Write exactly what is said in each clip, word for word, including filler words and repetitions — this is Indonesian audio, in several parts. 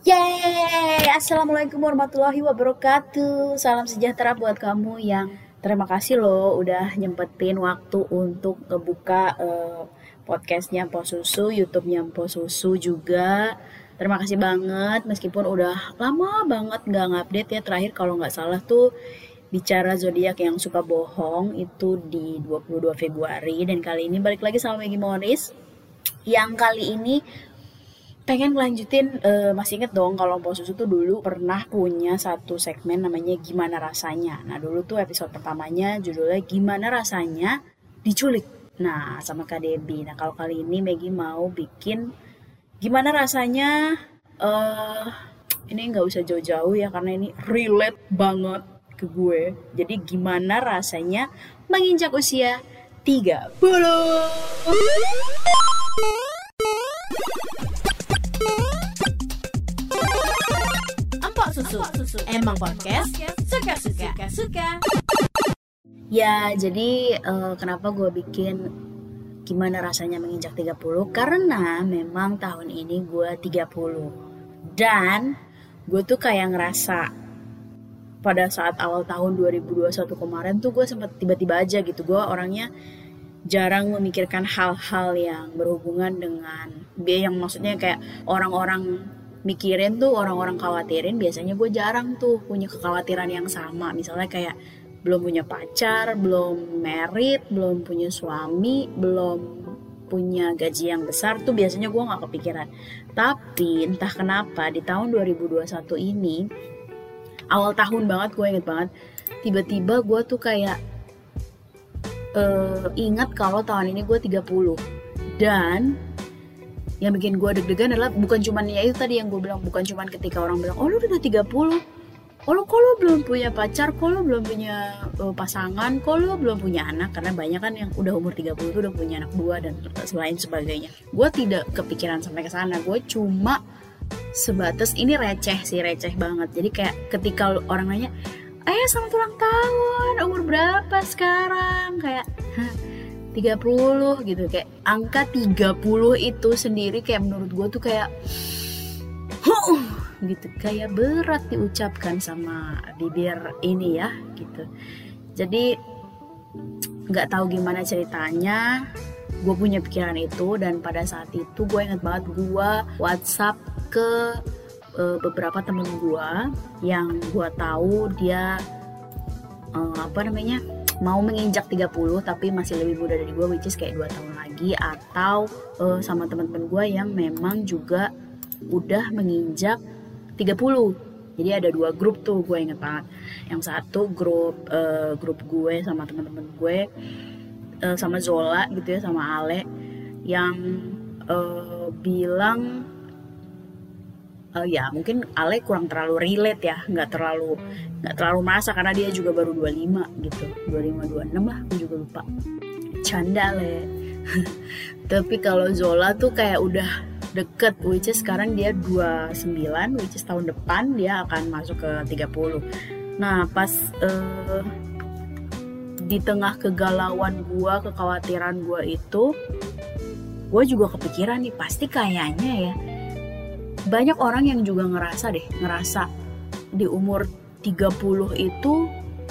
Yeay, Assalamualaikum warahmatullahi wabarakatuh. Salam sejahtera buat kamu yang terima kasih loh udah nyempetin waktu untuk ngebuka eh, podcastnya Po Susu, YouTube-nya Po Susu juga. Terima kasih banget meskipun udah lama banget nggak ngupdate ya. Terakhir kalau nggak salah tuh bicara zodiak yang suka bohong itu di dua puluh dua Februari, dan kali ini balik lagi sama Maggie Morris yang kali ini pengen ngelanjutin. Eh, masih inget dong kalau Po Susu tuh dulu pernah punya satu segmen namanya Gimana Rasanya. Nah dulu tuh episode pertamanya judulnya Gimana Rasanya Diculik. Nah sama Kak Debbie. Nah kalau kali ini Maggie mau bikin Gimana Rasanya, eh ini nggak usah jauh-jauh ya karena ini relate banget ke gue. Jadi gimana rasanya menginjak usia tiga puluh. Empok Susu. Emang podcast suka-suka. Suka. Ya, jadi eh, kenapa gue bikin gimana rasanya menginjak tiga puluh? Karena memang tahun ini gue tiga puluh. Dan gue tuh kayak ngerasa pada saat awal tahun dua ribu dua puluh satu kemarin tuh gue sempat tiba-tiba aja gitu. Gue orangnya jarang memikirkan hal-hal yang berhubungan dengan dia, yang maksudnya kayak orang-orang mikirin tuh, orang-orang khawatirin, biasanya gue jarang tuh punya kekhawatiran yang sama. Misalnya kayak belum punya pacar, belum married, belum punya suami, belum punya gaji yang besar tuh biasanya gue gak kepikiran. Tapi entah kenapa di tahun dua ribu dua puluh satu ini, awal tahun banget, gue inget banget, tiba-tiba gue tuh kayak uh, ingat kalau tahun ini gue tiga puluh. Dan yang bikin gue deg-degan adalah bukan cuman ya itu tadi yang gue bilang, bukan cuman ketika orang bilang, oh lu udah tiga puluh, oh lu kok lu belum punya pacar, kok lu belum punya uh, pasangan, kok lu belum punya anak. Karena banyak kan yang udah umur tiga puluh tuh udah punya anak dua dan lain sebagainya. Gue tidak kepikiran sampai ke sana. Gue cuma sebatas, ini receh sih, receh banget. Jadi kayak ketika orang nanya, eh selamat ulang tahun, umur berapa sekarang? Kayak tiga puluh gitu. Kayak angka tiga puluh itu sendiri kayak menurut gue tuh kayak huh, gitu, kayak berat diucapkan sama bibir ini ya gitu. Jadi nggak tahu gimana ceritanya gue punya pikiran itu, dan pada saat itu gue inget banget gue WhatsApp ke uh, beberapa temen gue yang gue tahu dia uh, apa namanya mau menginjak tiga puluh tapi masih lebih muda dari gue, which is kayak dua tahun lagi, atau uh, sama teman-teman gue yang memang juga udah menginjak tiga puluh. Jadi ada dua grup tuh, gue inget banget. Yang satu grup uh, grup gue sama teman-teman gue, uh, sama Zola gitu ya, sama Ale, yang uh, bilang uh, ya mungkin Ale kurang terlalu relate ya, nggak terlalu nggak terlalu merasa karena dia juga baru dua puluh lima gitu, dua puluh lima dua puluh enam lah, gue juga lupa. Canda Le. Tapi kalau Zola tuh kayak udah deket, which is sekarang dia dua puluh sembilan, which is tahun depan dia akan masuk ke tiga puluh. Nah pas uh, di tengah kegalauan gue, kekhawatiran gue itu, gue juga kepikiran nih, pasti kayaknya ya banyak orang yang juga ngerasa deh, ngerasa di umur tiga puluh itu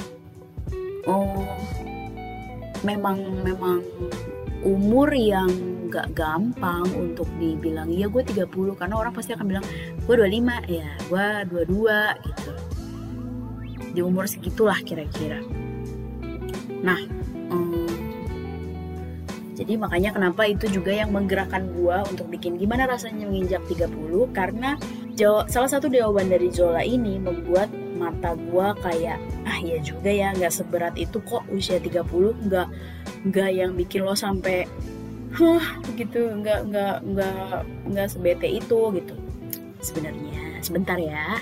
oh memang memang umur yang gak gampang untuk dibilang iya gue tiga puluh, karena orang pasti akan bilang gue dua puluh lima, ya gue dua puluh dua gitu. Di umur segitulah kira-kira. Nah hmm, jadi makanya kenapa itu juga yang menggerakkan gue untuk bikin gimana rasanya menginjak tiga puluh, karena jawab, salah satu jawaban dari Zola ini membuat mata gue kayak, ah iya juga ya, gak seberat itu kok usia tiga puluh, gak, gak yang bikin lo sampai huh gitu, gak, gak, gak, gak sebete itu gitu sebenarnya. Sebentar ya,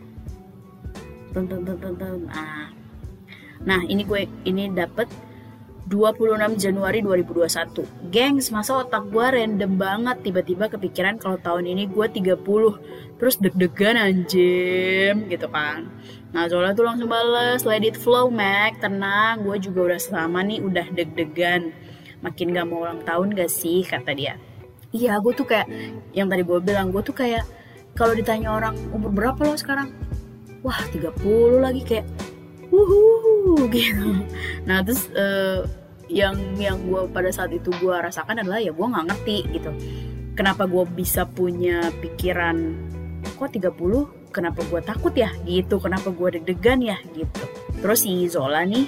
tum, tum, tum, tum, tum. Ah. Nah ini gue ini dapet dua puluh enam Januari dua ribu dua puluh satu. Gengs, masa otak gue random banget tiba-tiba kepikiran kalau tahun ini gue tiga puluh. Terus deg-degan anjim gitu kan. Nah Zola tuh langsung balas, let it flow Mac, tenang, gue juga udah selama nih udah deg-degan. Makin gak mau ulang tahun gak sih, kata dia. Iya gue tuh kayak, yang tadi gue bilang, gue tuh kayak kalau ditanya orang umur berapa lo sekarang, wah tiga puluh lagi, kayak wuhu gitu. Nah terus uh, yang yang gue pada saat itu gue rasakan adalah ya gue nggak ngerti gitu, kenapa gue bisa punya pikiran kok tiga puluh, kenapa gue takut ya gitu, kenapa gue deg-degan ya gitu. Terus si Zola nih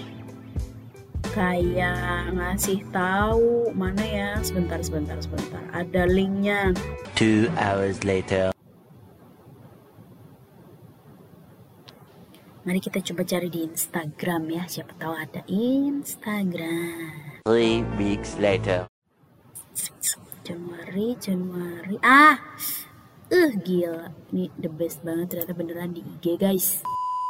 kayak ngasih tahu mana ya, sebentar sebentar sebentar ada linknya. Two hours later. Mari kita coba cari di Instagram ya, siapa tahu ada Instagram. Three weeks later. Januari, Januari. Ah, uh, gila. Ini the best banget ternyata beneran di I G guys.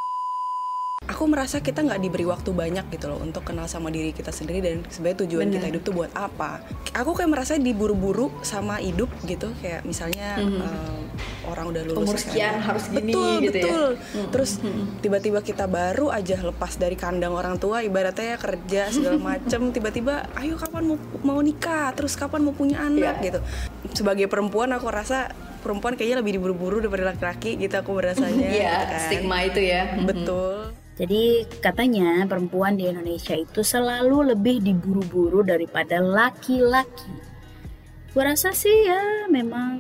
Aku merasa kita nggak diberi waktu banyak gitu loh untuk kenal sama diri kita sendiri dan sebenarnya tujuan Bener. kita hidup tuh buat apa. Aku kayak merasa diburu-buru sama hidup gitu, kayak misalnya mm-hmm. um, orang udah lulus umur sekian kan, harus gini betul, gitu betul. ya. Mm-hmm. Terus tiba-tiba kita baru aja lepas dari kandang orang tua, ibaratnya kerja segala macem, tiba-tiba ayo kapan mau mau nikah, terus kapan mau punya anak yeah. gitu. Sebagai perempuan aku rasa perempuan kayaknya lebih diburu-buru daripada laki-laki gitu aku merasanya. Iya, gitu kan. Stigma itu ya. Betul. Jadi katanya perempuan di Indonesia itu selalu lebih diburu-buru daripada laki-laki. Gue rasa sih ya memang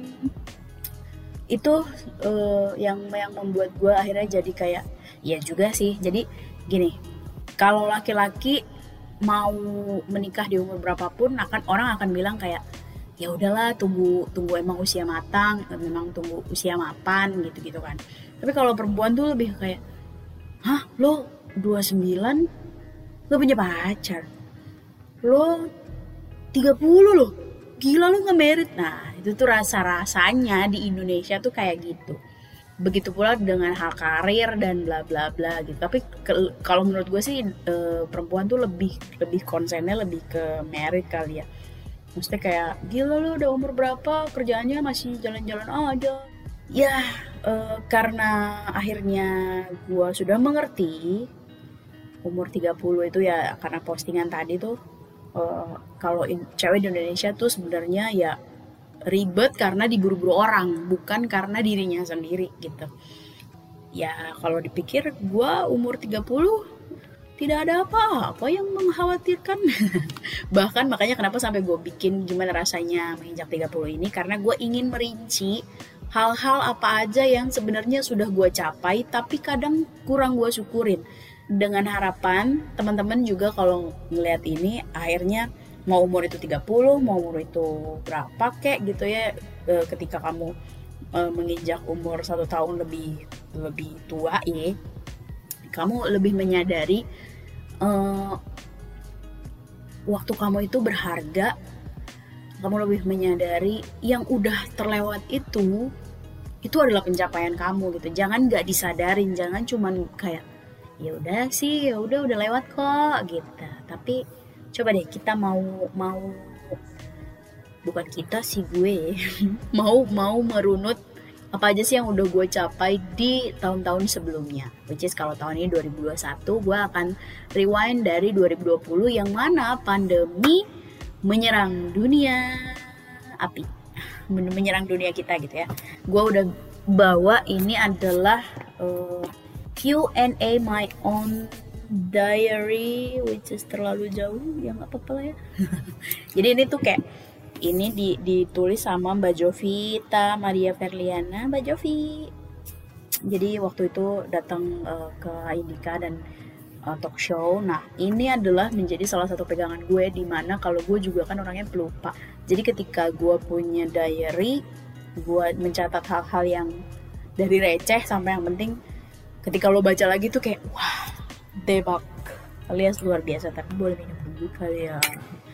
itu uh, yang yang membuat gue akhirnya jadi kayak ya juga sih. Jadi gini, kalau laki-laki mau menikah di umur berapapun akan orang akan bilang kayak ya udahlah tunggu tunggu emang usia matang, memang tunggu usia mapan gitu-gitu kan. Tapi kalau perempuan tuh lebih kayak, hah, lo dua puluh sembilan gak punya pacar, lo tiga puluh lo gila lo gak married. Nah itu tuh rasa-rasanya di Indonesia tuh kayak gitu. Begitu pula dengan hal karir dan bla bla bla gitu. Tapi ke, kalau menurut gue sih e, perempuan tuh lebih lebih konsennya lebih ke married kali ya. Maksudnya kayak gila lo udah umur berapa, kerjaannya masih jalan-jalan aja. Ya uh, karena akhirnya gue sudah mengerti umur tiga puluh itu ya karena postingan tadi tuh uh, kalau in, cewek di Indonesia tuh sebenarnya ya ribet karena diburu-buru orang, bukan karena dirinya sendiri gitu. Ya kalau dipikir gue umur tiga puluh tidak ada apa-apa yang mengkhawatirkan. Bahkan makanya kenapa sampai gue bikin gimana rasanya menginjak tiga puluh ini, karena gue ingin merinci hal-hal apa aja yang sebenarnya sudah gue capai tapi kadang kurang gue syukurin, dengan harapan teman-teman juga kalau ngeliat ini akhirnya mau umur itu tiga puluh, mau umur itu berapa kek gitu ya, ketika kamu menginjak umur satu tahun lebih lebih tua ya, kamu lebih menyadari uh, waktu kamu itu berharga. Kamu lebih menyadari yang udah terlewat itu itu adalah pencapaian kamu gitu. Jangan nggak disadarin, jangan cuman kayak ya udah sih, ya udah udah lewat kok gitu. Tapi coba deh kita mau mau bukan kita sih gue mau mau merunut apa aja sih yang udah gue capai di tahun-tahun sebelumnya. Which is kalau tahun ini dua ribu dua puluh satu, gue akan rewind dari dua ribu dua puluh yang mana pandemi menyerang dunia api, menyerang dunia kita gitu ya. Gue udah bawa ini adalah uh, Q and A my own diary, which is terlalu jauh, ya nggak apa-apa lah ya. Jadi ini tuh kayak ini di, ditulis sama Mbak Jovita Maria Verliana, Mbak Jovi. Jadi waktu itu datang uh, ke Indika dan uh, talk show. Nah ini adalah menjadi salah satu pegangan gue, di mana kalau gue juga kan orangnya pelupa. Jadi ketika gue punya diary, gue mencatat hal-hal yang dari receh sampai yang penting. Ketika lo baca lagi tuh kayak wah, debak alias luar biasa. Tapi boleh minum dulu kali ya.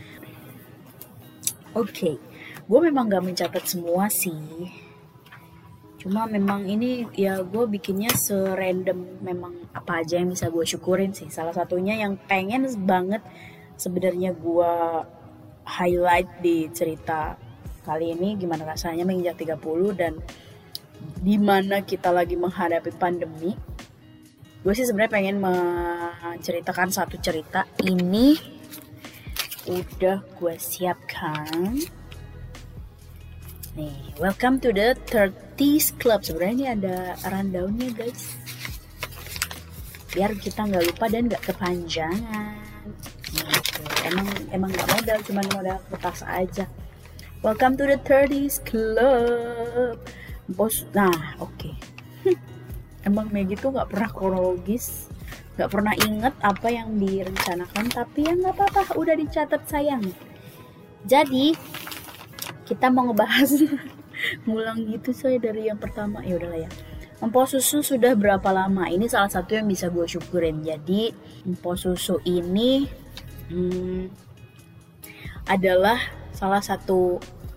Oke, okay. Gue memang gak mencatat semua sih. Cuma memang ini ya gue bikinnya serandom memang apa aja yang bisa gue syukurin sih. Salah satunya yang pengen banget sebenarnya gue highlight di cerita kali ini, gimana rasanya menginjak tiga puluh dan dimana kita lagi menghadapi pandemi. Gue sih sebenarnya pengen menceritakan satu cerita ini. Udah gue siapkan nih. Welcome to the thirties Club. Sebenarnya ini ada rundownnya guys, biar kita nggak lupa dan nggak kepanjangan gitu. Emang emang nggak modal, cuma modal kertas aja. Welcome to the thirties Club, bos. Nah, oke. Okay. Emang Maggie tuh nggak pernah kronologis, nggak pernah inget apa yang direncanakan, tapi ya nggak apa-apa, udah dicatat sayang. Jadi kita mau ngebahas ngulang gitu saya dari yang pertama. Ya udahlah ya. Empo susu sudah berapa lama? Ini salah satu yang bisa gue syukurin. Jadi empo susu ini hmm, adalah salah satu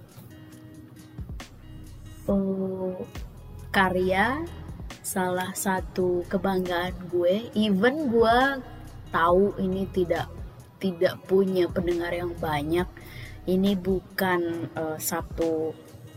uh, karya, salah satu kebanggaan gue. Even gue tahu ini tidak tidak punya pendengar yang banyak. Ini bukan uh, satu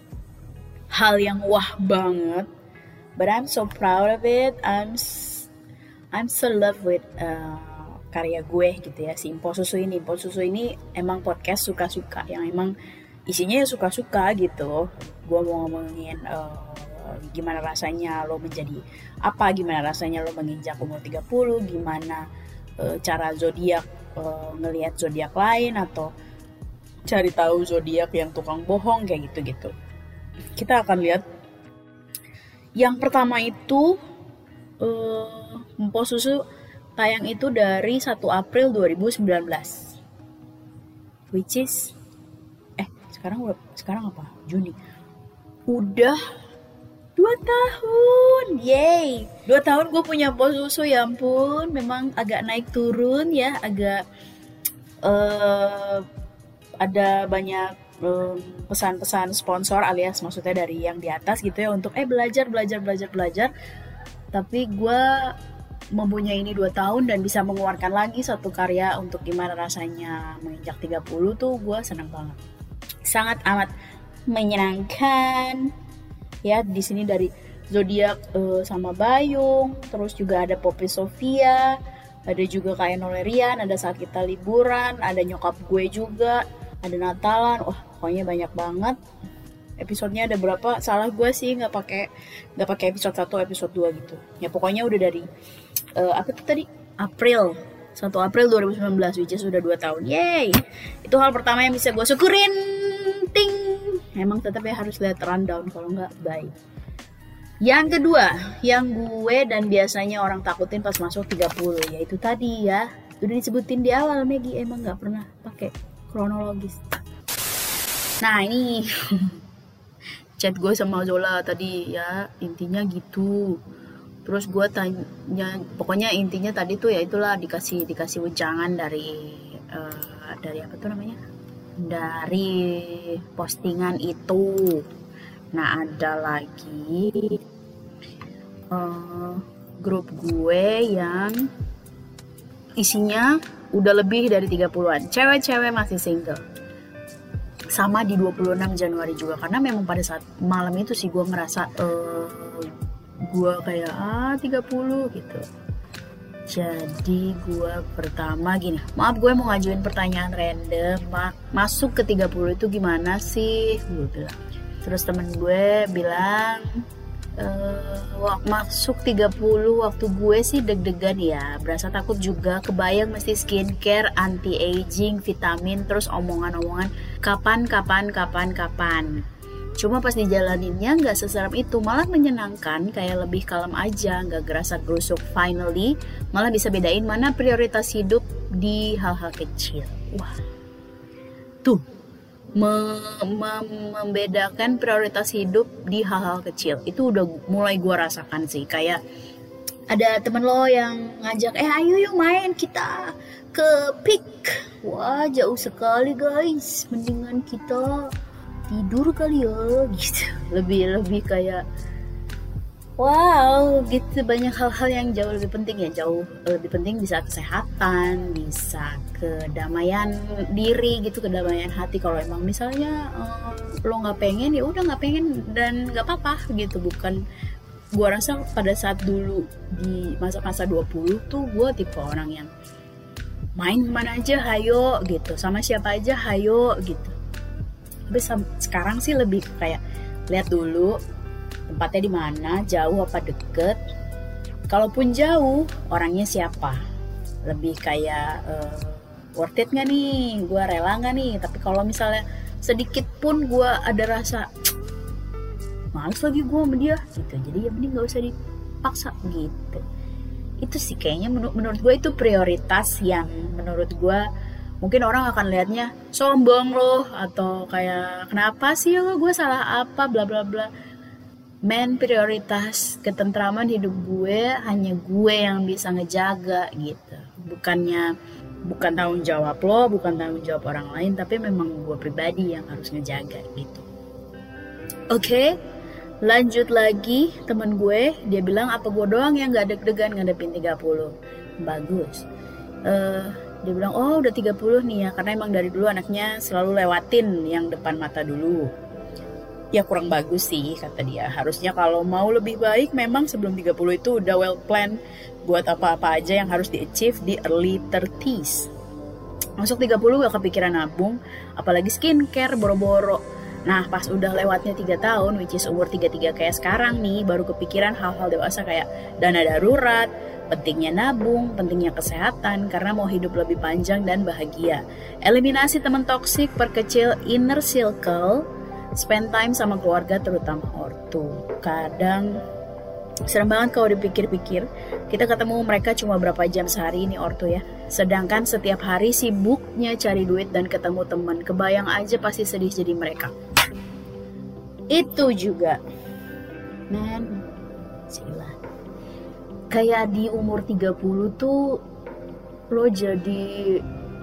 hal yang wah banget, but I'm so proud of it. I'm I'm so love with uh, karya gue gitu ya, si Empo Susu ini. Empo Susu ini emang podcast suka-suka yang emang isinya ya suka-suka gitu. Gue mau ngomongin uh, gimana rasanya lo menjadi apa, gimana rasanya lo menginjak umur tiga puluh, gimana uh, cara zodiak uh, ngelihat zodiak lain, atau cari tahu zodiak yang tukang bohong kayak gitu-gitu. Kita akan lihat yang pertama itu uh, Empo Susu tayang itu dari satu April dua ribu sembilan belas, which is eh sekarang sekarang apa? Juni. Udah dua tahun, yay! Dua tahun gue punya Empo Susu, ya ampun. Memang agak naik turun ya, agak uh, ada banyak um, pesan-pesan sponsor, alias maksudnya dari yang di atas gitu ya, untuk eh belajar, belajar, belajar, belajar. Tapi gue mempunyai ini dua tahun dan bisa mengeluarkan lagi satu karya untuk gimana rasanya menginjak tiga puluh tuh gue senang banget. Sangat amat menyenangkan. Ya, di sini dari zodiak uh, sama Bayung, terus juga ada Poppy Sofia, ada juga kayak Nolerian, ada Saat Kita Liburan, ada nyokap gue juga, ada Natalan. Wah, pokoknya banyak banget. Episodenya ada berapa? Salah gue sih nggak pakai nggak pakai episode satu, episode dua gitu. Ya pokoknya udah dari uh, apa tuh tadi? April. satu April dua ribu sembilan belas, which is sudah dua tahun. Yeay. Itu hal pertama yang bisa gue syukurin. Ting. Emang tetap ya harus lihat rundown, kalau nggak bye. Yang kedua, yang gue dan biasanya orang takutin pas masuk tiga puluh, yaitu tadi ya, udah disebutin di awal, Maggie emang nggak pernah pakai kronologis. Nah ini chat gue sama Zola tadi ya, intinya gitu. Terus gue tanya, pokoknya intinya tadi tuh ya itulah, dikasih dikasih wejangan dari uh, dari apa tuh namanya, dari postingan itu. Nah ada lagi uh, grup gue yang isinya udah lebih dari tiga puluhan, cewek-cewek masih single. Sama di dua puluh enam Januari juga, karena memang pada saat malam itu sih gue ngerasa uh, gue kayak ah tiga puluh gitu. Jadi gue pertama gini, maaf gue mau ngajuin pertanyaan random, ma- masuk ke tiga puluh itu gimana sih? Gue bilang. Terus temen gue bilang, e, masuk tiga puluh waktu gue sih deg-degan ya, berasa takut juga, kebayang mesti skincare, anti-aging, vitamin, terus omongan-omongan kapan, kapan, kapan, kapan. Cuma pas dijalaninnya gak seserem itu, malah menyenangkan, kayak lebih kalem aja, gak gerasa gerusuk. Finally, malah bisa bedain mana prioritas hidup di hal-hal kecil. Wah, tuh, mem- mem- membedakan prioritas hidup di hal-hal kecil. Itu udah mulai gue rasakan sih, kayak ada temen lo yang ngajak, eh ayo yuk main kita ke Peak. Wah, jauh sekali guys, mendingan kita tidur kali ya gitu. Lebih lebih kayak wow gitu, banyak hal-hal yang jauh lebih penting ya, jauh lebih penting, bisa kesehatan, bisa kedamaian diri gitu, kedamaian hati. Kalau emang misalnya um, lo nggak pengen, ya udah nggak pengen dan nggak apa-apa gitu. Bukan, gua rasa pada saat dulu di masa-masa dua puluh tuh gue tipe orang yang main kemana aja hayo gitu, sama siapa aja hayo gitu. Tapi sekarang sih lebih kayak lihat dulu tempatnya di mana, jauh apa deket. Kalaupun jauh, orangnya siapa, lebih kayak uh, worth it nggak nih, gue rela nggak nih. Tapi kalau misalnya sedikit pun gue ada rasa males lagi gue sama dia gitu, jadi ya mending nggak usah dipaksa gitu. Itu sih kayaknya menur- menurut gue itu prioritas yang menurut gue mungkin orang akan lihatnya sombong loh, atau kayak kenapa sih lo, gue salah apa, bla bla bla. Men, prioritas ketentraman hidup gue hanya gue yang bisa ngejaga gitu. Bukannya bukan tanggung jawab lo, bukan tanggung jawab orang lain, tapi memang gue pribadi yang harus ngejaga gitu. Oke, okay, lanjut lagi. Temen gue, dia bilang apa gue doang yang gak deg-degan ngadepin tiga puluh. Bagus. uh, Dia bilang oh udah tiga puluh nih ya, karena emang dari dulu anaknya selalu lewatin yang depan mata dulu. Ya kurang bagus sih kata dia. Harusnya kalau mau lebih baik memang sebelum tiga puluh itu udah well planned buat apa-apa aja yang harus di-achieve di early thirties. Masuk tiga puluh gak kepikiran nabung, apalagi skincare boro-boro. Nah pas udah lewatnya tiga tahun, which is umur tiga puluh tiga kayak sekarang nih, baru kepikiran hal-hal dewasa kayak dana darurat, pentingnya nabung, pentingnya kesehatan karena mau hidup lebih panjang dan bahagia. Eliminasi teman toksik, perkecil inner circle, spend time sama keluarga terutama ortu. Kadang serem banget kalau dipikir-pikir, kita ketemu mereka cuma berapa jam sehari ini ortu ya. Sedangkan setiap hari sibuknya cari duit dan ketemu teman. Kebayang aja pasti sedih jadi mereka. Itu juga, men, sila. Kayak di umur tiga puluh tuh lo jadi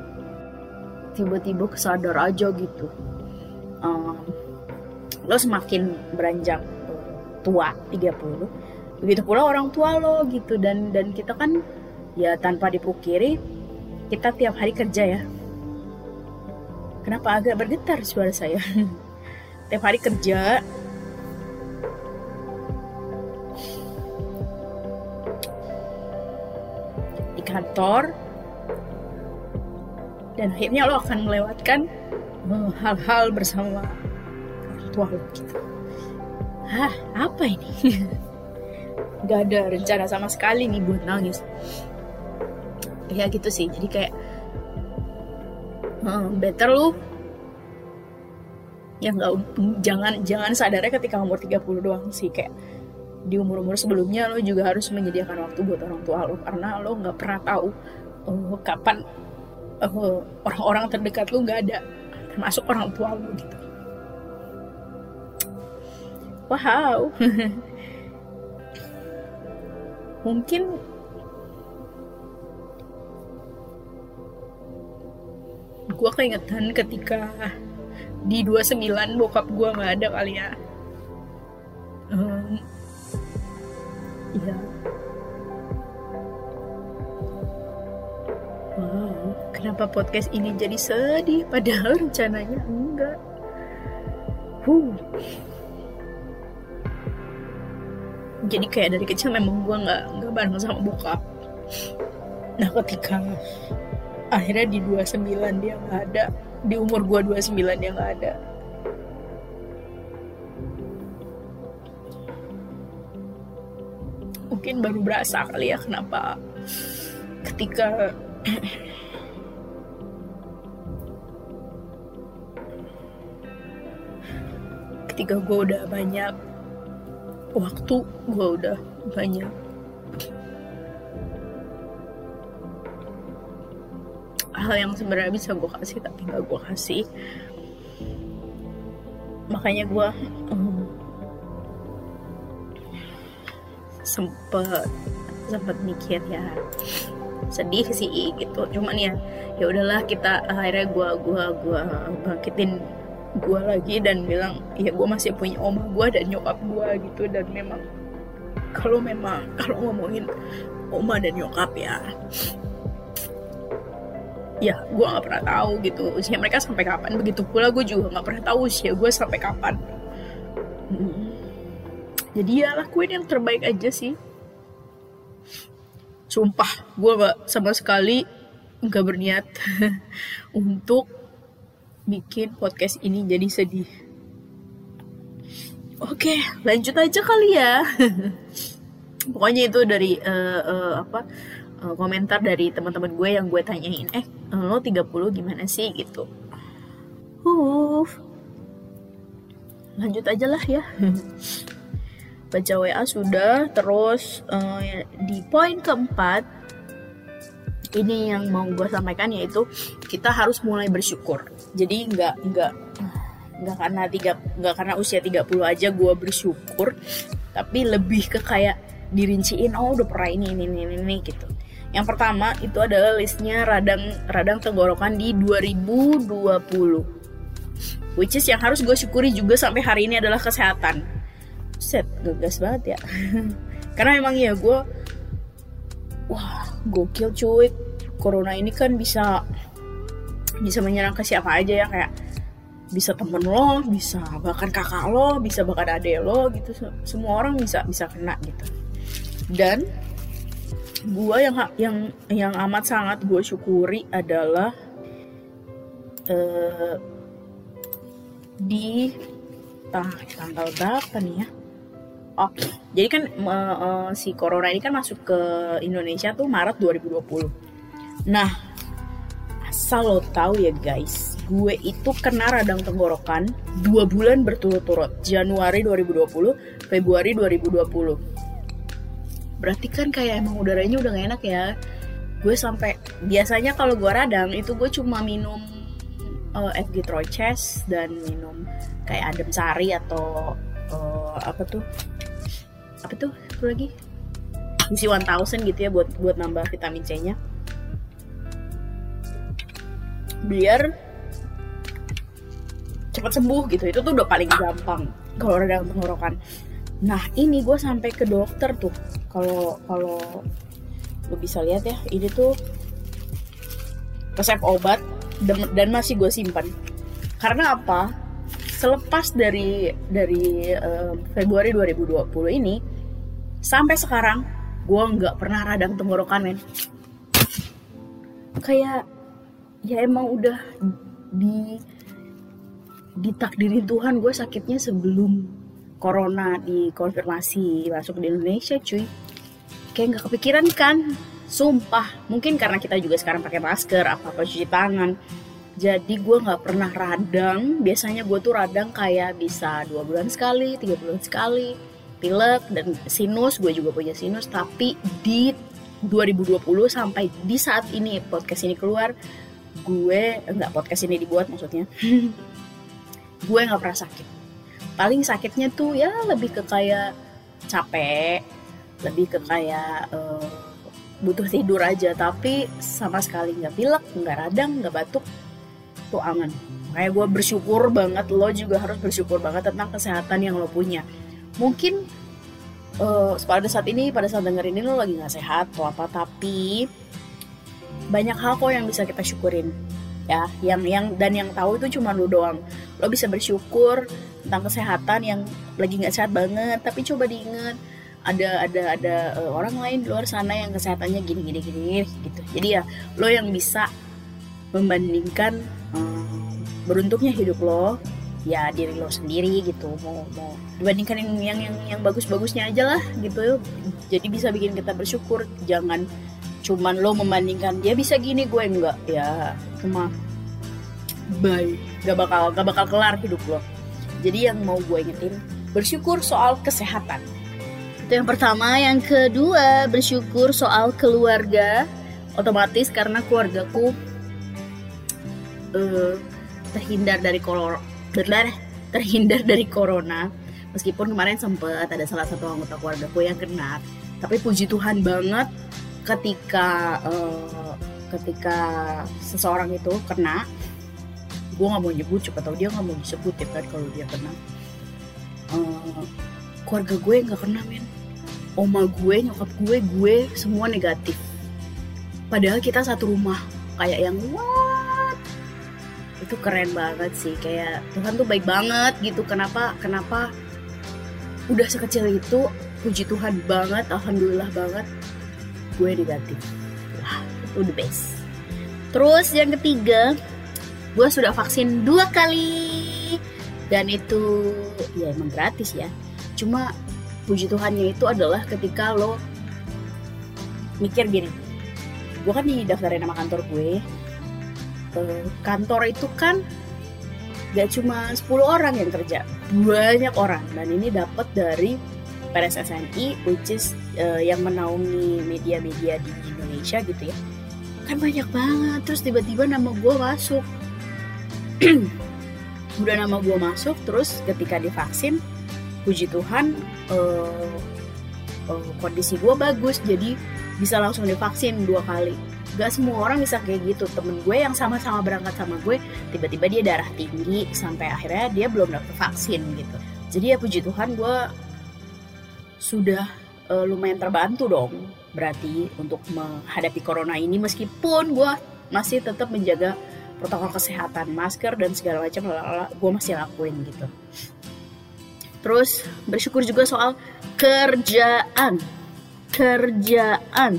tiba-tiba kesadar aja gitu. Um, lo semakin beranjak tua tiga puluh, begitu pula orang tua lo gitu. Dan dan kita kan ya tanpa dipungkiri kita tiap hari kerja ya. Kenapa agak bergetar suara saya? Tiap hari kerja, di kantor, dan akhirnya lo akan melewatkan uh, hal-hal bersama orang tua lo gitu. Hah, apa ini? Gak ada rencana sama sekali nih buat nangis. Ya gitu sih, jadi kayak hmm, better lu ya nggak, jangan jangan sadarnya ketika umur tiga puluh doang sih. Kayak di umur-umur sebelumnya lo juga harus menyediakan waktu buat orang tua lo, karena lo nggak pernah tahu uh, kapan uh, orang-orang terdekat lo nggak ada, termasuk orang tua lo gitu. Wow. Mungkin gue keingetan ketika di dua puluh sembilan bokap gue gak ada kali ya. um, Ya wow, kenapa podcast ini jadi sedih padahal rencananya enggak. huh. Jadi kayak dari kecil memang gue gak, gak bareng sama bokap. Nah ketika akhirnya di dua puluh sembilan dia gak ada, di umur gue dua puluh sembilan dia gak ada, mungkin baru berasa kali ya kenapa ketika ketika gue udah banyak waktu, gue udah banyak hal yang sebenarnya bisa gue kasih tapi gak gue kasih. Makanya gue um, sempet sempet mikir ya, sedih sih gitu. Cuman ya ya udahlah, kita akhirnya gue gue gue bangkitin gue lagi dan bilang ya gue masih punya oma gue dan nyokap gue gitu. Dan memang kalau memang kalau ngomongin oma dan nyokap ya ya gue nggak pernah tahu gitu usia mereka sampai kapan. Begitu pula gue juga nggak pernah tahu usia gue sampai kapan. hmm. Jadi ya lakuin yang terbaik aja sih. Sumpah gue nggak sama sekali nggak berniat untuk bikin podcast ini jadi sedih. Oke, lanjut aja kali ya. Pokoknya itu dari uh, uh, apa uh, komentar dari teman-teman gue yang gue tanyain, eh lo tiga puluh gimana sih gitu. Uh, lanjut aja lah ya. Baca W A sudah. Terus uh, di poin keempat ini yang mau gue sampaikan, yaitu kita harus mulai bersyukur. Jadi nggak nggak nggak karena tiga nggak karena usia tiga puluh aja gue bersyukur, tapi lebih ke kayak dirinciin, oh udah pernah ini ini ini ini gitu. Yang pertama itu adalah listnya radang radang tenggorokan di dua ribu dua puluh, which is yang harus gue syukuri juga sampai hari ini adalah kesehatan. Set, gegas banget ya. Karena emang ya gue, wah gokil cuy, corona ini kan bisa bisa menyerang ke siapa aja ya, kayak bisa temen lo, bisa bahkan kakak lo, bisa bahkan adek lo gitu, semua orang bisa bisa kena gitu. Dan gue yang yang yang amat sangat gue syukuri adalah uh, di tang- tanggal berapa nih ya? Oh, jadi kan uh, uh, si corona ini kan masuk ke Indonesia tuh Maret dua ribu dua puluh. Nah, asal lo tahu ya guys, gue itu kena radang tenggorokan dua bulan berturut-turut, Januari dua ribu dua puluh, Februari dua ribu dua puluh. Berarti kan kayak emang udaranya udah gak enak ya. Gue sampai, biasanya kalau gue radang itu gue cuma minum uh, F G Troches dan minum kayak adem sari atau uh, apa tuh apa tuh apa lagi isi one thousand gitu ya, buat buat nambah vitamin C-nya biar cepat sembuh gitu. Itu tuh udah paling gampang kalau radang tenggorokan. Nah ini gue sampai ke dokter tuh. Kalau kalau lo bisa lihat ya, ini tuh resep obat dan masih gue simpan. Karena apa? Selepas dari dari uh, Februari dua ribu dua puluh ini sampai sekarang gue nggak pernah radang tenggorokan men. Kayak ya emang udah di ditakdirin Tuhan gue sakitnya sebelum corona dikonfirmasi masuk di Indonesia cuy. Kayak gak kepikiran kan, sumpah. Mungkin karena kita juga sekarang pakai masker, apa-apa cuci tangan, jadi gue gak pernah radang. Biasanya gue tuh radang kayak bisa dua bulan sekali, tiga bulan sekali, pilek dan sinus. Gue juga punya sinus. Tapi di dua ribu dua puluh sampai di saat ini podcast ini keluar, gue, enggak podcast ini dibuat maksudnya, gue gak pernah sakit. Paling sakitnya tuh ya lebih ke kayak capek, lebih ke kayak uh, butuh tidur aja, tapi sama sekali nggak pilek, nggak radang, nggak batuk, tuh aman. Kayak gue bersyukur banget, lo juga harus bersyukur banget tentang kesehatan yang lo punya. Mungkin uh, pada saat ini, pada saat dengerin ini lo lagi nggak sehat atau apa, tapi banyak hal kok yang bisa kita syukurin. Ya, yang yang dan yang tahu itu cuma lo doang. Lo bisa bersyukur tentang kesehatan yang lagi nggak sehat banget, tapi coba diingat ada ada ada uh, orang lain di luar sana yang kesehatannya gini gini gini gitu. Jadi ya lo yang bisa membandingkan um, beruntungnya hidup lo, ya diri lo sendiri gitu. Mau mau dibandingkan yang yang yang, yang bagus-bagusnya aja lah gitu. Jadi bisa bikin kita bersyukur. Jangan cuman lo membandingkan dia bisa gini gue enggak, ya cuma bye, gak bakal gak bakal kelar hidup lo. Jadi yang mau gue ingetin, bersyukur soal kesehatan. Itu yang pertama. Yang kedua, bersyukur soal keluarga. Otomatis karena keluargaku uh, terhindar dari kolor terhindar dari corona. Meskipun kemarin sempat ada salah satu anggota keluargaku yang kena, tapi puji Tuhan banget ketika uh, ketika seseorang itu kena, gue nggak mau nyebut, siapa tahu dia nggak mau disebut ya kan kalau dia kena. Uh, keluarga gue nggak kena men, oma gue, nyokap gue, gue semua negatif. Padahal kita satu rumah, kayak yang what? Itu keren banget sih, kayak Tuhan tuh baik banget gitu. Kenapa kenapa udah sekecil itu, puji Tuhan banget, alhamdulillah banget, gue negatif. Wah, itu the best. Terus yang ketiga, gue sudah vaksin dua kali dan itu ya emang gratis ya. Cuma puji Tuhannya itu adalah ketika lo mikir gini, gue kan didaftarin sama kantor gue. Uh, kantor itu kan gak cuma sepuluh orang yang kerja, banyak orang. Dan ini dapat dari P R S S N I, which is uh, yang menaungi media-media di Indonesia gitu ya. Kan banyak banget. Terus tiba-tiba nama gue masuk. Udah nama gue masuk, terus ketika divaksin, puji Tuhan uh, uh, kondisi gue bagus, jadi bisa langsung divaksin dua kali. Gak semua orang bisa kayak gitu. Temen gue yang sama-sama berangkat sama gue, tiba-tiba dia darah tinggi sampai akhirnya dia belum dapet vaksin gitu. Jadi ya puji Tuhan gue sudah uh, lumayan terbantu dong berarti untuk menghadapi corona ini, meskipun gue masih tetap menjaga protokol kesehatan, masker dan segala macam, gue masih lakuin gitu. Terus bersyukur juga soal kerjaan. Kerjaan.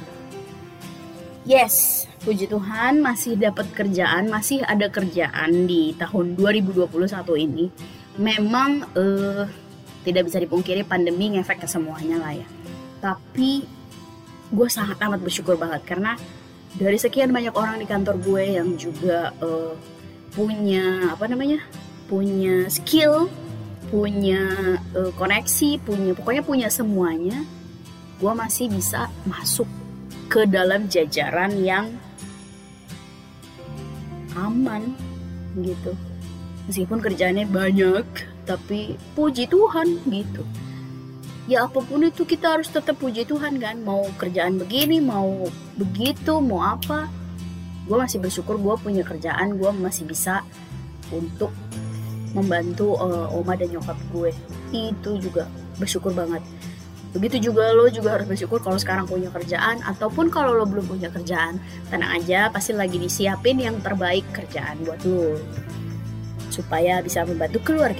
Yes, puji Tuhan masih dapat kerjaan, masih ada kerjaan di tahun dua ribu dua puluh satu ini. Memang uh, tidak bisa dipungkiri pandemi ngefek ke semuanya lah ya. Tapi gue sangat amat bersyukur banget karena dari sekian banyak orang di kantor gue yang juga uh, punya apa namanya, punya skill, punya uh, koneksi, punya pokoknya punya semuanya, gue masih bisa masuk ke dalam jajaran yang aman gitu. Meskipun kerjaannya banyak, tapi puji Tuhan gitu. Ya apapun itu kita harus tetap puji Tuhan kan. Mau kerjaan begini, mau begitu, mau apa, gue masih bersyukur gue punya kerjaan, gue masih bisa untuk membantu uh, oma dan nyokap gue. Itu juga bersyukur banget. Begitu juga lo juga harus bersyukur kalau sekarang punya kerjaan, ataupun kalau lo belum punya kerjaan, tenang aja, pasti lagi disiapin yang terbaik kerjaan buat lo supaya bisa membantu keluarga.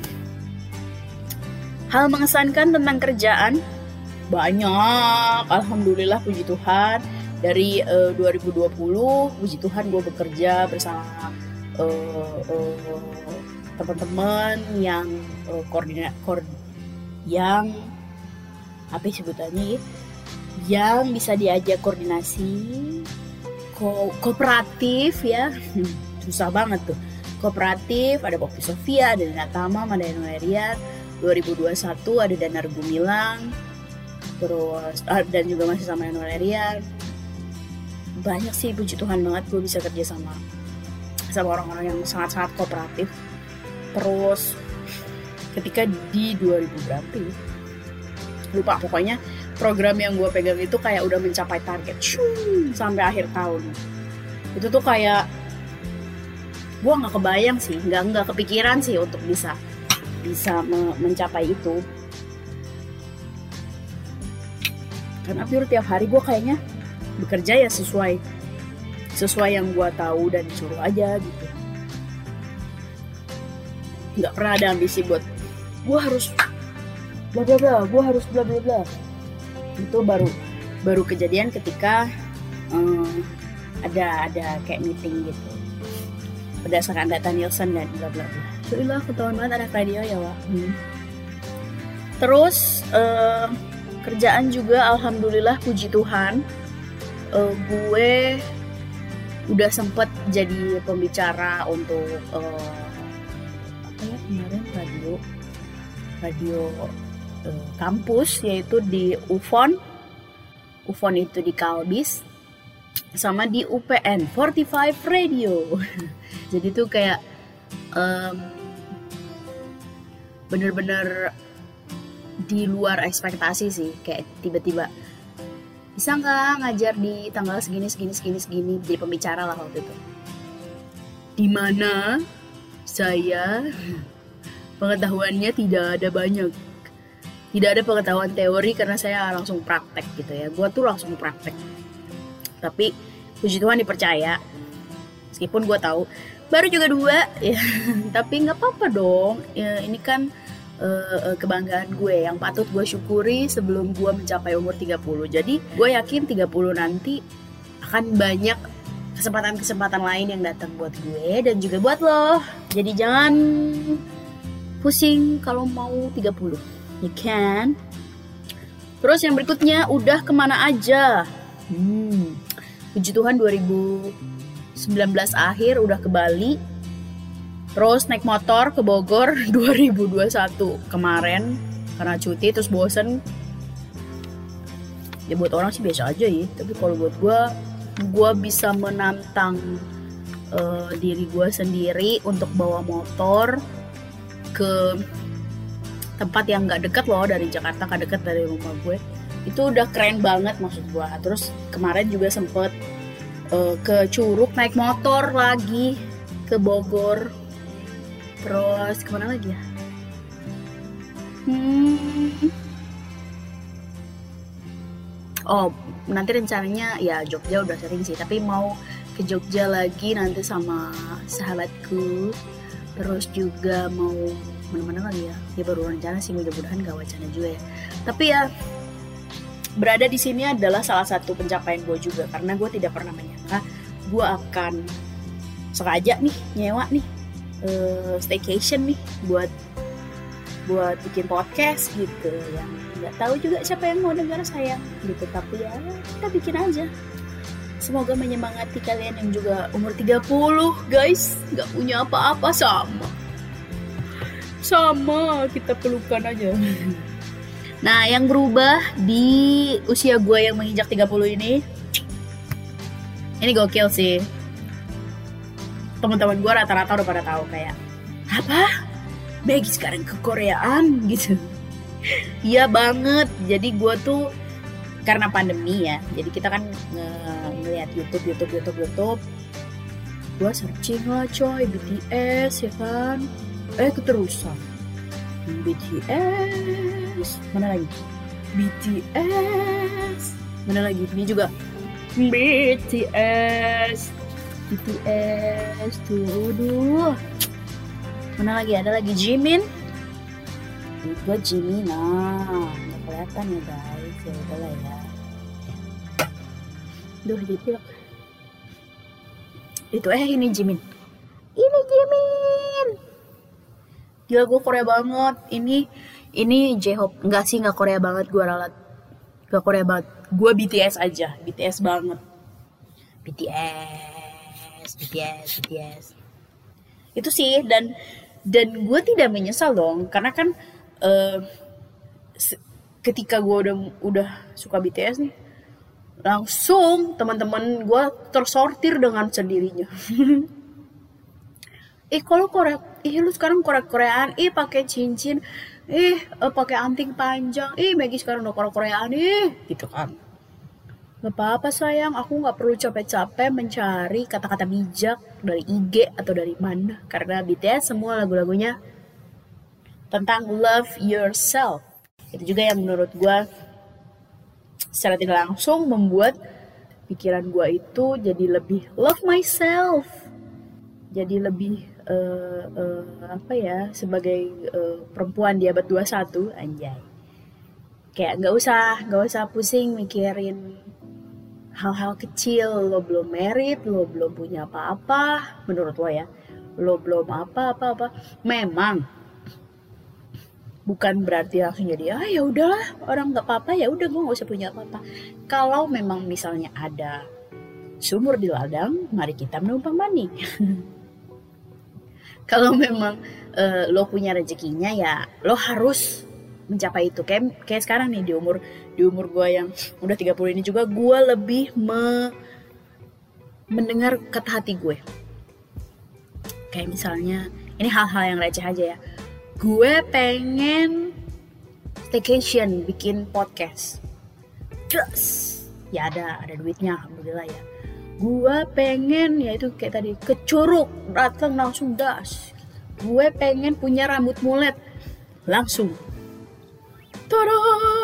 Hal mengesankan tentang kerjaan banyak, alhamdulillah puji Tuhan. Dari uh, dua ribu dua puluh, puji Tuhan gue bekerja bersama uh, uh, teman-teman yang uh, koordinat koord, yang apa sebutannya ya, yang bisa diajak koordinasi ko, kooperatif ya. Susah banget tuh. Kooperatif, ada Poppy Sofia, ada Dana Tama, ada Enolerian. dua ribu dua puluh satu ada Danar Gumilang, terus dan juga masih sama Enolerian. Banyak sih, puji Tuhan banget gue bisa kerja sama sama orang-orang yang sangat-sangat kooperatif. Terus ketika di dua ribu berapa ya? Lupa, pokoknya program yang gue pegang itu kayak udah mencapai target Shoo, sampai akhir tahun. Itu tuh kayak gue nggak kebayang sih, nggak nggak kepikiran sih untuk bisa bisa me- mencapai itu. Karena pure tiap hari gue kayaknya bekerja ya sesuai sesuai yang gue tahu dan disuruh aja gitu. Nggak pernah ada ambisi buat gue harus bla bla bla, gue harus bla bla bla. Itu baru baru kejadian ketika um, ada ada kayak meeting gitu berdasarkan data Nielsen dan bla bla bla. Alhamdulillah ketahuan banget anak radio ya Wak. Hmm. Terus uh, kerjaan juga alhamdulillah puji Tuhan, uh, gue udah sempet jadi pembicara untuk uh, apa ya kemarin radio radio uh, kampus, yaitu di U F O N. U F O N itu di Kalbis sama di U P N empat puluh lima Radio. Jadi tuh kayak um, bener-bener di luar ekspektasi sih. Kayak tiba-tiba bisa nggak ngajar di tanggal segini segini segini segini, jadi pembicara lah waktu itu. Dimana saya pengetahuannya tidak ada banyak, tidak ada pengetahuan teori karena saya langsung praktek gitu ya. Gue tuh langsung praktek. Tapi puji Tuhan dipercaya, meskipun gue tahu baru juga dua ya, tapi nggak apa-apa dong. Ya, ini kan uh, kebanggaan gue yang patut gue syukuri sebelum gue mencapai umur tiga puluh. Jadi gue yakin tiga puluh nanti akan banyak kesempatan-kesempatan lain yang datang buat gue dan juga buat lo. Jadi jangan pusing kalau mau tiga puluh, ya kan? Terus yang berikutnya, udah kemana aja? Hmm, puji Tuhan dua ribu sembilan belas akhir udah ke Bali. Terus naik motor ke Bogor dua ribu dua puluh satu kemarin karena cuti terus bosen. Ya buat orang sih biasa aja ya, tapi kalau buat gue, gue bisa menantang uh, diri gue sendiri untuk bawa motor ke tempat yang gak dekat loh dari Jakarta, gak dekat dari rumah gue. Itu udah keren banget maksud gue. Terus kemarin juga sempet uh, ke Curug naik motor lagi ke Bogor. Terus kemana lagi ya? Hmm. Oh, nanti rencananya ya Jogja udah sering sih, tapi mau ke Jogja lagi nanti sama sahabatku. Terus juga mau mana-mana lagi ya. Ya baru rencana sih, mudah-mudahan gak wacana juga ya. Tapi ya berada di sini adalah salah satu pencapaian gue juga, karena gue tidak pernah menyangka gue akan sengaja nih nyewa nih uh, staycation nih buat buat bikin podcast gitu ya. Nggak tahu juga siapa yang mau dengar saya gitu, tapi ya kita bikin aja. Semoga menyemangati kalian yang juga umur tiga puluh guys, nggak punya apa-apa, sama sama kita pelukan aja. Nah, yang berubah di usia gue yang menginjak tiga puluh ini, ini gokil sih. Teman-teman gue rata-rata udah pada tahu kayak, apa? Maggie sekarang ke Koreaan gitu. Iya banget. Jadi gue tuh karena pandemi ya, jadi kita kan nge- ngeliat YouTube, YouTube, YouTube, YouTube. Gue searching lah coy, B T S ya kan. Eh keterusan B T S, mana lagi? B T S, mana lagi? Ini juga B T S, B T S tuh, aduh. Mana lagi? Ada lagi Jimin. Juga Jimin, nah nggak kelihatan ya guys, ya udah lah ya. Duh dipilok. Itu eh ini Jimin. Ini Jimin. Gila gue Korea banget. Ini ini J-Hope. Enggak sih, enggak Korea banget, gue ralat. Enggak Korea banget. Gue B T S aja, B T S banget. B T S, B T S, B T S. Itu sih, dan dan gue tidak menyesal dong, karena kan uh, ketika gue udah udah suka B T S nih, langsung teman-teman gue tersortir dengan sendirinya. Eh kalau Korea, ih lu sekarang Korea-Koreaan, ih pakai cincin, ih uh, pakai anting panjang, ih Maggie sekarang udah Korea-Koreaan, ih gitu kan. Gak apa-apa sayang, aku gak perlu capek-capek mencari kata-kata bijak dari I G atau dari mana, karena B T S semua lagu-lagunya tentang love yourself. Itu juga yang menurut gue secara tidak langsung membuat pikiran gue itu jadi lebih love myself, jadi lebih uh, uh, apa ya, sebagai uh, perempuan di abad dua puluh satu, anjay, kayak nggak usah nggak usah pusing mikirin hal-hal kecil. Lo belum married, lo belum punya apa-apa, menurut lo ya, lo belum apa-apa-apa. Memang bukan berarti langsung jadi ah ya udahlah orang nggak apa-apa, ya udah gue nggak usah punya apa-apa. Kalau memang misalnya ada sumur di ladang, mari kita menumpang mandi. Kalau memang uh, lo punya rezekinya, ya lo harus mencapai itu. Kayak kayak sekarang nih di umur di umur gue yang udah tiga puluh ini juga, gue lebih me, mendengar kata hati gue. Kayak misalnya, ini hal-hal yang receh aja ya. Gue pengen staycation, bikin podcast. Yes. Ya ada ada duitnya, alhamdulillah ya. Gue pengen, ya itu kayak tadi, ke Curug, datang langsung das. Gue pengen punya rambut mulet, langsung. Tada!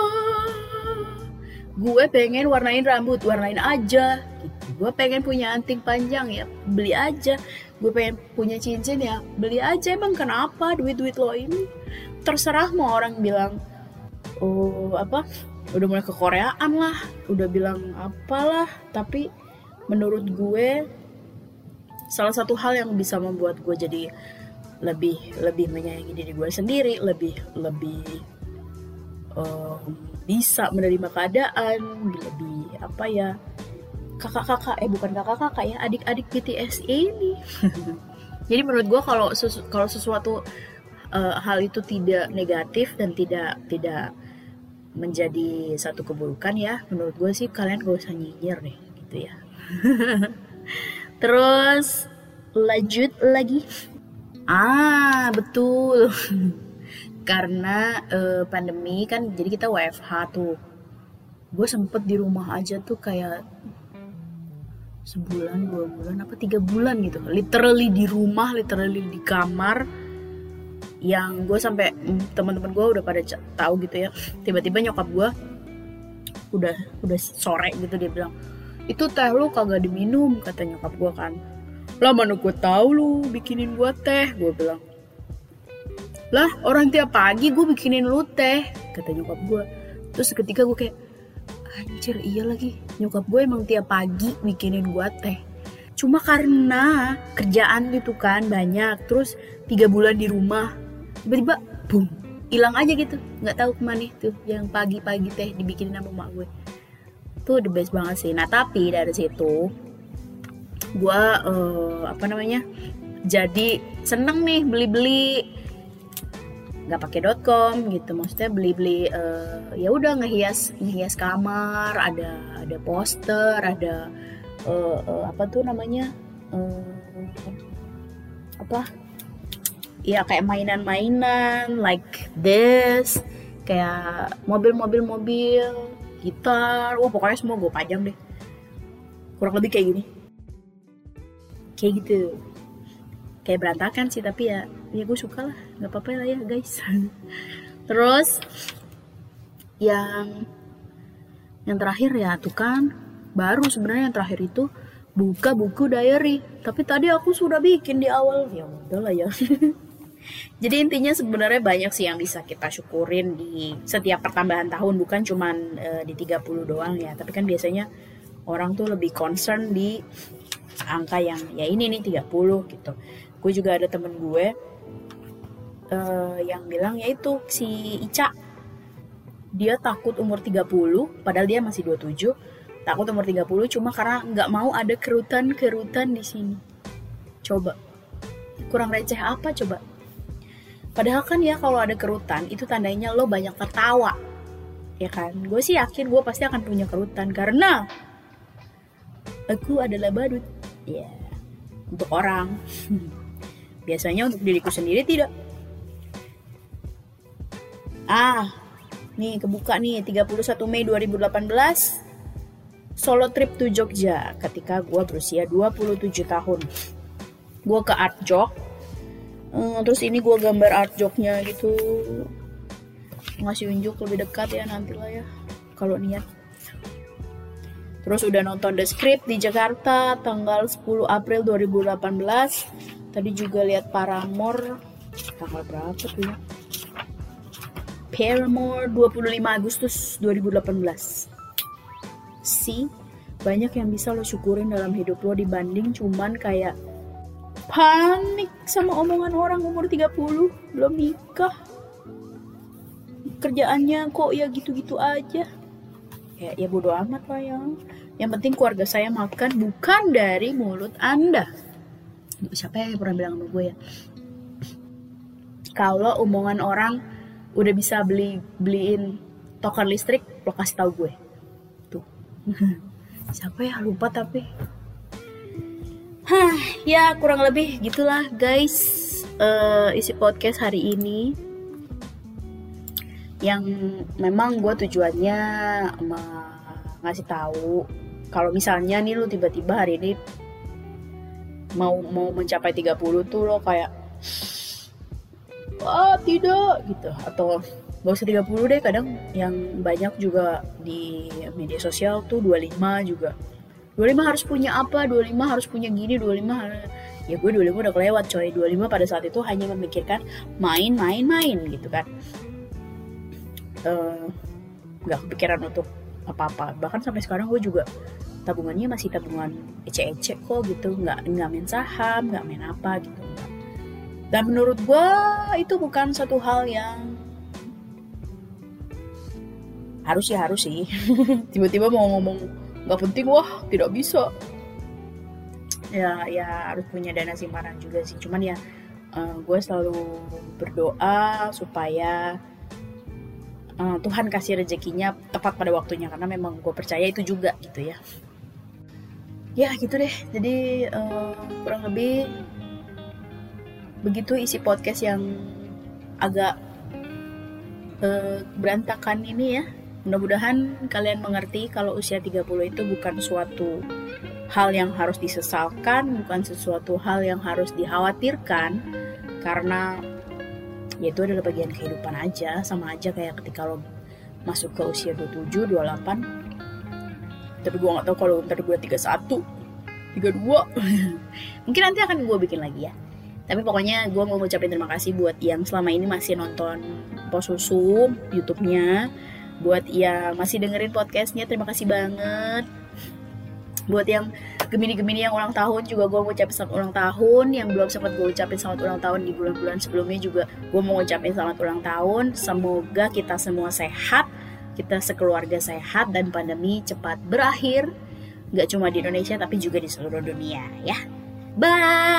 Gue pengen warnain rambut, warnain aja. Gitu. Gue pengen punya anting panjang, ya beli aja. Gue pengen punya cincin, ya beli aja. Emang kenapa duit-duit lo ini? Terserah mau orang bilang, oh apa, udah mulai kekoreaan lah, udah bilang apalah. Tapi menurut gue, salah satu hal yang bisa membuat gue jadi lebih lebih menyayangi diri gue sendiri, lebih lebih um, bisa menerima keadaan, lebih apa ya, kakak-kakak eh bukan kakak-kakak ya, adik-adik B T S ini. Jadi menurut gue kalau sesu, kalau sesuatu uh, hal itu tidak negatif dan tidak tidak menjadi satu keburukan ya, menurut gue sih kalian gak usah nyinyir deh gitu ya. Terus lanjut lagi. Ah betul. Karena uh, pandemi kan, jadi kita W F H tuh. Gue sempet di rumah aja tuh kayak sebulan, dua bulan, apa tiga bulan gitu. Literally di rumah, literally di kamar. Yang gue sampai teman-teman gue udah pada c- tahu gitu ya. Tiba-tiba nyokap gue udah udah sore gitu, dia bilang, itu teh lu kagak diminum, kata nyokap gue kan. Lah mana gue tahu lu bikinin gue teh, gue bilang. Lah orang tiap pagi gue bikinin lu teh, kata nyokap gue. Terus ketika gue kayak, anjir iya lagi, nyokap gue emang tiap pagi bikinin gue teh. Cuma karena kerjaan gitu kan banyak, terus tiga bulan di rumah, tiba-tiba boom, hilang aja gitu, nggak tahu kemana tuh yang pagi-pagi teh dibikinin sama mak gue. Tuh the best banget sih. Nah tapi dari situ gue uh, apa namanya, jadi seneng nih beli-beli, nggak pakai .com gitu, maksudnya beli-beli uh, ya udah ngehias ngehias kamar, ada ada poster, ada uh, uh, apa tuh namanya uh, apa ya, kayak mainan-mainan like this, kayak mobil-mobil mobil, gitar, wah pokoknya semua gue pajang deh, kurang lebih kayak gini, kayak gitu. Kayak berantakan sih, tapi ya ya gue suka lah, nggak apa-apa lah ya guys. Terus yang yang terakhir ya tuh kan, baru sebenarnya yang terakhir itu buka buku diary, tapi tadi aku sudah bikin di awal, ya udahlah ya. Jadi intinya sebenarnya banyak sih yang bisa kita syukurin di setiap pertambahan tahun, bukan cuman uh, di tiga puluh doang ya, tapi kan biasanya orang tuh lebih concern di angka yang ya ini nih tiga puluh gitu. Gue juga ada temen gue uh, yang bilang yaitu si Ica, dia takut umur tiga puluh padahal dia masih dua puluh tujuh, takut umur tiga puluh cuma karena nggak mau ada kerutan-kerutan di sini. Coba kurang receh apa coba? Padahal kan ya kalau ada kerutan itu tandanya lo banyak tertawa, ya kan? Gue sih yakin gue pasti akan punya kerutan karena aku adalah badut. Ya, yeah. Untuk orang. Biasanya untuk diriku sendiri tidak. Ah, nih kebuka nih tiga puluh satu Mei dua ribu delapan belas, solo trip to Jogja ketika gue berusia dua puluh tujuh tahun. Gue ke Art Jog. Hmm, terus ini gue gambar art joknya gitu, ngasih unjuk lebih dekat ya nantilah ya kalau niat. Terus udah nonton The Script di Jakarta tanggal sepuluh April dua ribu delapan belas. Tadi juga lihat Paramore tanggal berapa tuh ya? Paramore dua puluh lima Agustus dua ribu delapan belas. See, banyak yang bisa lo syukurin dalam hidup lo dibanding cuman kayak panik sama omongan orang umur tiga puluh, belum nikah, kerjaannya kok ya gitu-gitu aja. Ya, ya bodo amat lah ya. Yang penting keluarga saya makan bukan dari mulut Anda. Siapa yang pernah bilang sama gue ya? Kalau omongan orang udah bisa beli beliin token listrik, lo kasih tahu gue. Tuh. Siapa ya, lupa tapi. Hah, ya kurang lebih gitulah guys, uh, isi podcast hari ini. Yang memang gue tujuannya ma- ngasih tahu kalau misalnya nih lo tiba-tiba hari ini mau mau mencapai tiga puluh tuh lo kayak ah tidak gitu, atau gak usah tiga puluh deh, kadang yang banyak juga di media sosial tuh dua puluh lima juga. dua puluh lima harus punya apa, dua puluh lima harus punya gini, dua puluh lima harus... Ya gue dua puluh lima udah kelewat coy. dua puluh lima pada saat itu hanya memikirkan main-main-main gitu kan. Uh, gak kepikiran untuk apa-apa. Bahkan sampai sekarang gue juga tabungannya masih tabungan ece-ece kok gitu. Gak, gak main saham, gak main apa gitu. Gak. Dan menurut gue itu bukan satu hal yang harus ya harus sih. Tiba-tiba mau ngomong nggak penting, wah tidak bisa. Ya ya harus punya dana simpanan juga sih. Cuman ya uh, gue selalu berdoa supaya uh, Tuhan kasih rezekinya tepat pada waktunya, karena memang gue percaya itu juga gitu ya. Ya gitu deh. Jadi uh, kurang lebih begitu isi podcast yang agak uh, berantakan ini ya. Mudah-mudahan kalian mengerti kalau usia tiga puluh itu bukan suatu hal yang harus disesalkan, bukan sesuatu hal yang harus dikhawatirkan, karena ya itu adalah bagian kehidupan aja. Sama aja kayak ketika lo masuk ke usia dua puluh tujuh, dua puluh delapan. Tapi gue gak tahu kalau ntar gue tiga puluh satu, tiga puluh dua. Mungkin nanti akan gue bikin lagi ya. Tapi pokoknya gue mau ngucapin terima kasih buat yang selama ini masih nonton Pos Susu YouTube-nya. Buat yang masih dengerin podcastnya, terima kasih banget. Buat yang Gemini-Gemini yang ulang tahun juga gue mau ucapin selamat ulang tahun. Yang belum sempat gue ucapin selamat ulang tahun di bulan-bulan sebelumnya juga gue mau ucapin selamat ulang tahun. Semoga kita semua sehat, kita sekeluarga sehat, dan pandemi cepat berakhir. Gak cuma di Indonesia tapi juga di seluruh dunia ya. Bye.